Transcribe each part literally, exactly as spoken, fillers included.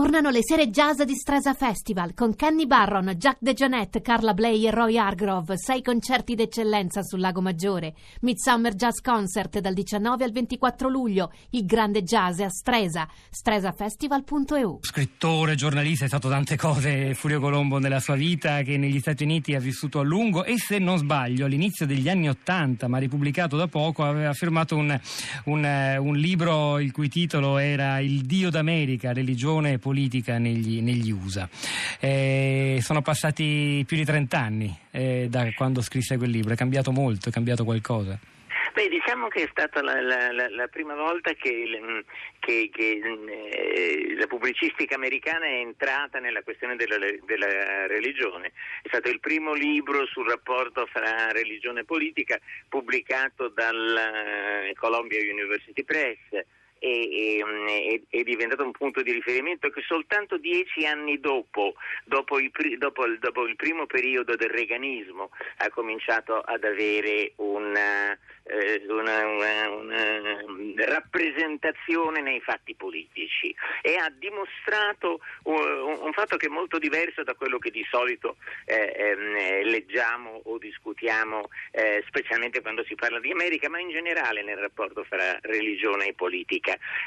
Tornano le sere jazz di Stresa Festival con Kenny Barron, Jack DeJohnette, Carla Bley e Roy Hargrove. Sei concerti d'eccellenza sul Lago Maggiore. Midsummer Jazz Concert dal diciannove al ventiquattro luglio. Il grande jazz è a Stresa. stresafestival punto e u. Scrittore, giornalista, è stato tante cose Furio Colombo nella sua vita, che negli Stati Uniti ha vissuto a lungo e, se non sbaglio, all'inizio degli anni Ottanta, ma ripubblicato da poco, aveva firmato un, un, un libro il cui titolo era Il Dio d'America, religione politica negli, negli U S A. Eh, sono passati più di trent'anni eh, da quando scrisse quel libro. È cambiato molto, è cambiato qualcosa? Beh, diciamo che è stata la, la, la, la prima volta che, che, che eh, la pubblicistica americana è entrata nella questione della, della religione. È stato il primo libro sul rapporto fra religione e politica pubblicato dal uh, Columbia University Press. È, è, è diventato un punto di riferimento che soltanto dieci anni dopo, dopo il, dopo, il, dopo il primo periodo del reaganismo, ha cominciato ad avere una, eh, una, una, una rappresentazione nei fatti politici, e ha dimostrato un, un fatto che è molto diverso da quello che di solito eh, eh, leggiamo o discutiamo, eh, specialmente quando si parla di America, ma in generale nel rapporto fra religione e politica.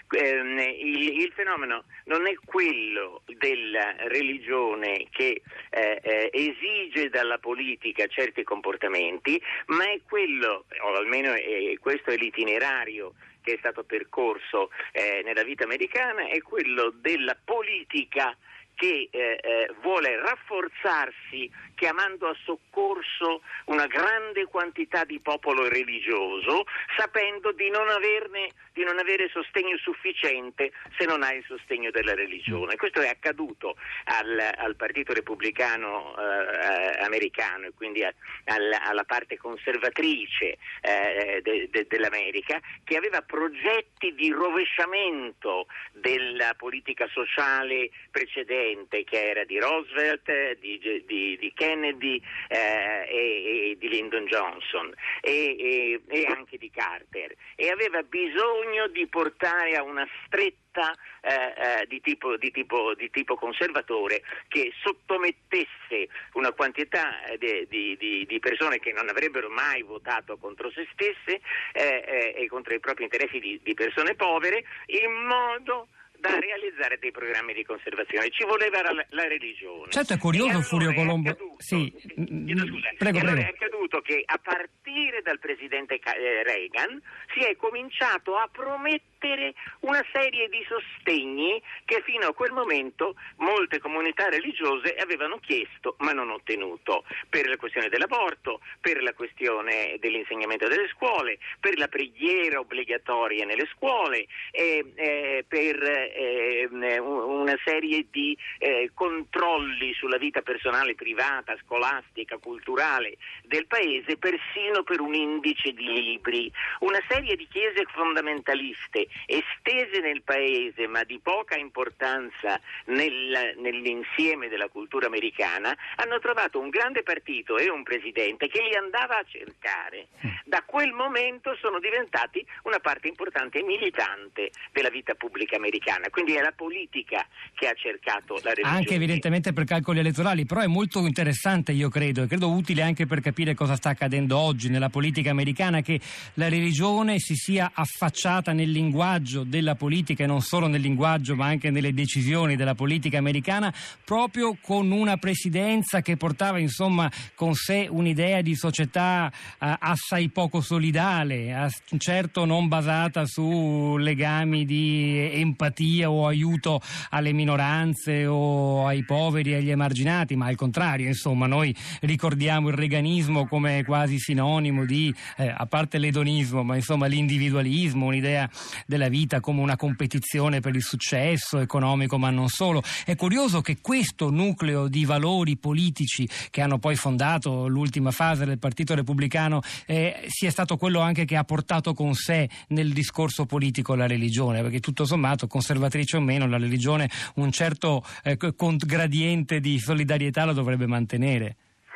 Eh, il, il fenomeno non è quello della religione che eh, eh, esige dalla politica certi comportamenti, ma è quello, o almeno è, questo è l'itinerario che è stato percorso eh, nella vita americana, è quello della politica che eh, eh, vuole rafforzarsi chiamando a soccorso una grande quantità di popolo religioso, sapendo di non averne, di non avere sostegno sufficiente se non ha il sostegno della religione. Questo è accaduto al, al Partito Repubblicano eh, americano, e quindi a, alla, alla parte conservatrice eh, de, de, dell'America, che aveva progetti di rovesciamento della politica sociale precedente, che era di Roosevelt, di, di, di Kennedy eh, e, e di Lyndon Johnson e, e, e anche di Carter, e aveva bisogno di portare a una stretta eh, eh, di, tipo, di, tipo, di tipo conservatore, che sottomettesse una quantità di, di, di, di persone che non avrebbero mai votato contro se stesse eh, eh, e contro i propri interessi di, di persone povere, in modo da realizzare dei programmi di conservazione. Ci voleva la, la religione. Certo, è curioso, allora, Furio Colombo. Accaduto, sì. scusa, prego, allora prego. È accaduto che a partire dal presidente Reagan si è cominciato a promettere una serie di sostegni che fino a quel momento molte comunità religiose avevano chiesto ma non ottenuto, per la questione dell'aborto, per la questione dell'insegnamento delle scuole, per la preghiera obbligatoria nelle scuole, e, eh, per eh, una serie di eh, controlli sulla vita personale, privata, scolastica, culturale del paese, persino per un indice di libri. Una serie di chiese fondamentaliste estese nel paese, ma di poca importanza nel, nell'insieme della cultura americana, hanno trovato un grande partito e un presidente che li andava a cercare. Da quel momento sono diventati una parte importante e militante della vita pubblica americana. Quindi è la politica che ha cercato la religione. Anche evidentemente per calcoli elettorali, però è molto interessante, io credo, e credo utile anche per capire cosa sta accadendo oggi nella politica americana, che la religione si sia affacciata nel linguaggio della politica, e non solo nel linguaggio ma anche nelle decisioni della politica americana, proprio con una presidenza che portava insomma con sé un'idea di società eh, assai poco solidale, certo non basata su legami di empatia o aiuto alle minoranze o ai poveri e agli emarginati, ma al contrario, insomma, noi ricordiamo il reaganismo come quasi sinonimo di, eh, a parte l'edonismo, ma insomma l'individualismo, un'idea della vita come una competizione per il successo economico, ma non solo. È curioso che questo nucleo di valori politici che hanno poi fondato l'ultima fase del Partito Repubblicano eh, sia stato quello anche che ha portato con sé nel discorso politico la religione, perché tutto sommato, conservatrice o meno, la religione un certo eh, gradiente di solidarietà lo dovrebbe mantenere. No,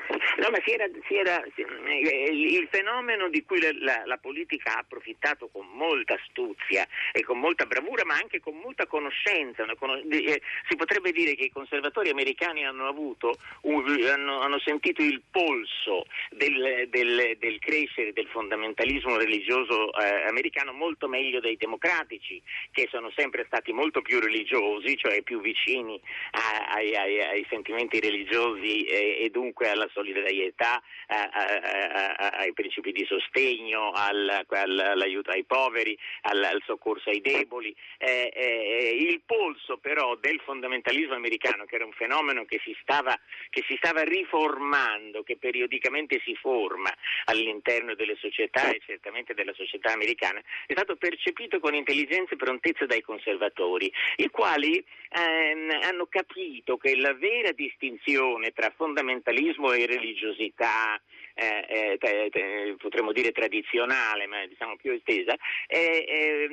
No, ma si era, si era si, il fenomeno di cui la, la, la politica ha approfittato con molta astuzia e con molta bravura, ma anche con molta conoscenza. Una, eh, si potrebbe dire che i conservatori americani hanno avuto, un, hanno, hanno sentito il polso del, del, del crescere del fondamentalismo religioso eh, americano molto meglio dei democratici, che sono sempre stati molto più religiosi, cioè più vicini a, ai, ai, ai sentimenti religiosi e, e dunque alla solidarietà, a, a, a, ai principi di sostegno, al, all'aiuto ai poveri, al, al soccorso ai deboli. Eh, eh, il polso però del fondamentalismo americano, che era un fenomeno che si stava, che si stava riformando, che periodicamente si forma all'interno delle società e certamente della società americana, è stato percepito con intelligenza e prontezza dai conservatori, i quali ehm, hanno capito che la vera distinzione tra fondamentalismo e religiosità, eh, eh, te, te, potremmo dire tradizionale, ma diciamo più estesa, è,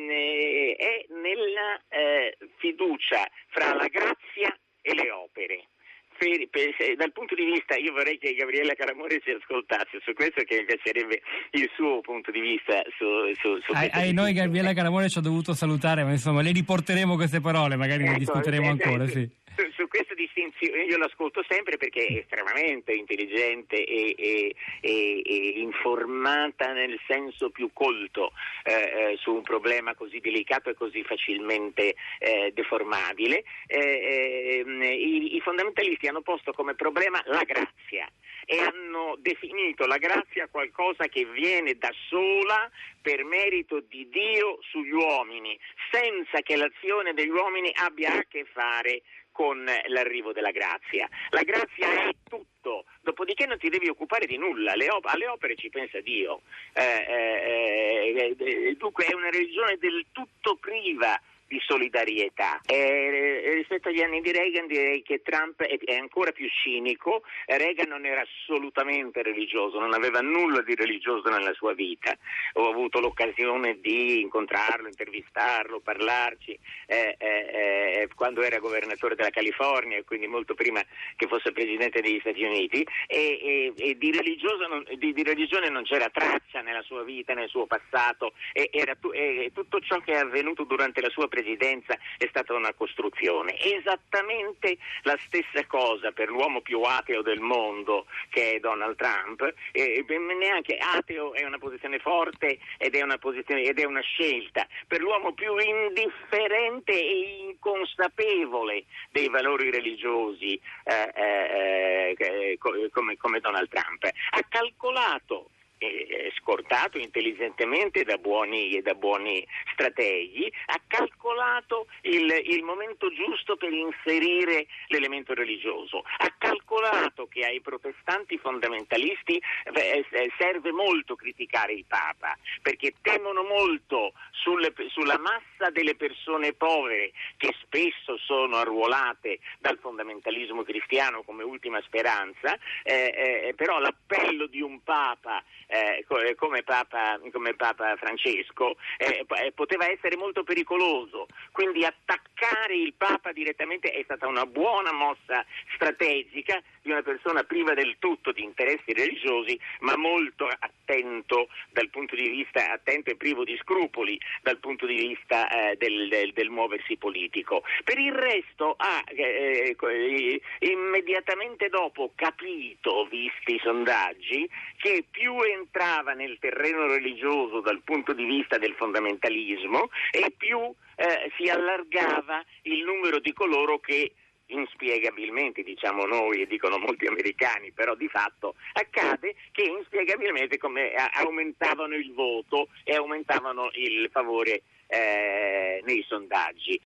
è, è nella eh, fiducia fra la grazia e le opere. Per, per, se, dal punto di vista, io vorrei che Gabriella Caramore ci ascoltasse su questo, che mi piacerebbe il suo punto di vista su, su, su ai, ai noi Gabriella Caramore ci ha dovuto salutare, ma insomma le riporteremo queste parole, magari ecco, ne discuteremo eh, ancora eh, sì. Su, su questa distinzione io l'ascolto sempre perché è estremamente intelligente e, e, e, e informata nel senso più colto eh, eh, su un problema così delicato e così facilmente eh, deformabile. Eh, eh, i, i fondamentalisti hanno posto come problema la grazia e hanno definito la grazia qualcosa che viene da sola per merito di Dio sugli uomini, senza che l'azione degli uomini abbia a che fare con l'arrivo della grazia. La grazia è tutto, dopodiché non ti devi occupare di nulla, le op- alle opere ci pensa Dio. Eh, eh, eh, dunque è una religione del tutto priva di solidarietà. Eh, rispetto agli anni di Reagan direi che Trump è, è ancora più cinico. Reagan non era assolutamente religioso, non aveva nulla di religioso nella sua vita. Ho avuto l'occasione di incontrarlo, intervistarlo, parlarci eh, eh, quando era governatore della California, quindi molto prima che fosse presidente degli Stati Uniti, e, e, e di, religioso non, di, di religione non c'era traccia nella sua vita, nel suo passato, e, era tu, e tutto ciò che è avvenuto durante la sua presidenza è stata una costruzione. Esattamente la stessa cosa per l'uomo più ateo del mondo, che è Donald Trump. E neanche ateo è una posizione forte ed è una posizione ed è una scelta. Per l'uomo più indifferente e inconsapevole dei valori religiosi eh, eh, come, come Donald Trump ha calcolato, Eh, scortato intelligentemente da buoni, da buoni strateghi, ha calcolato il, il momento giusto per inserire l'elemento religioso, ha calcolato che ai protestanti fondamentalisti eh, serve molto criticare il Papa, perché temono molto sulle, sulla massa delle persone povere che spesso sono arruolate dal fondamentalismo cristiano come ultima speranza, eh, eh, però l'appello di un Papa Eh, come Papa, come Papa Francesco eh, poteva essere molto pericoloso, quindi attaccare il Papa direttamente è stata una buona mossa strategica di una persona priva del tutto di interessi religiosi, ma molto attento dal punto di vista attento e privo di scrupoli dal punto di vista eh, del, del, del muoversi politico. Per il resto ha eh, eh, immediatamente dopo capito, visti i sondaggi, che più entrava nel terreno religioso dal punto di vista del fondamentalismo e più eh, si allargava il numero di coloro che inspiegabilmente, diciamo noi e dicono molti americani, però di fatto accade che inspiegabilmente come aumentavano il voto e aumentavano il favore eh, nei sondaggi.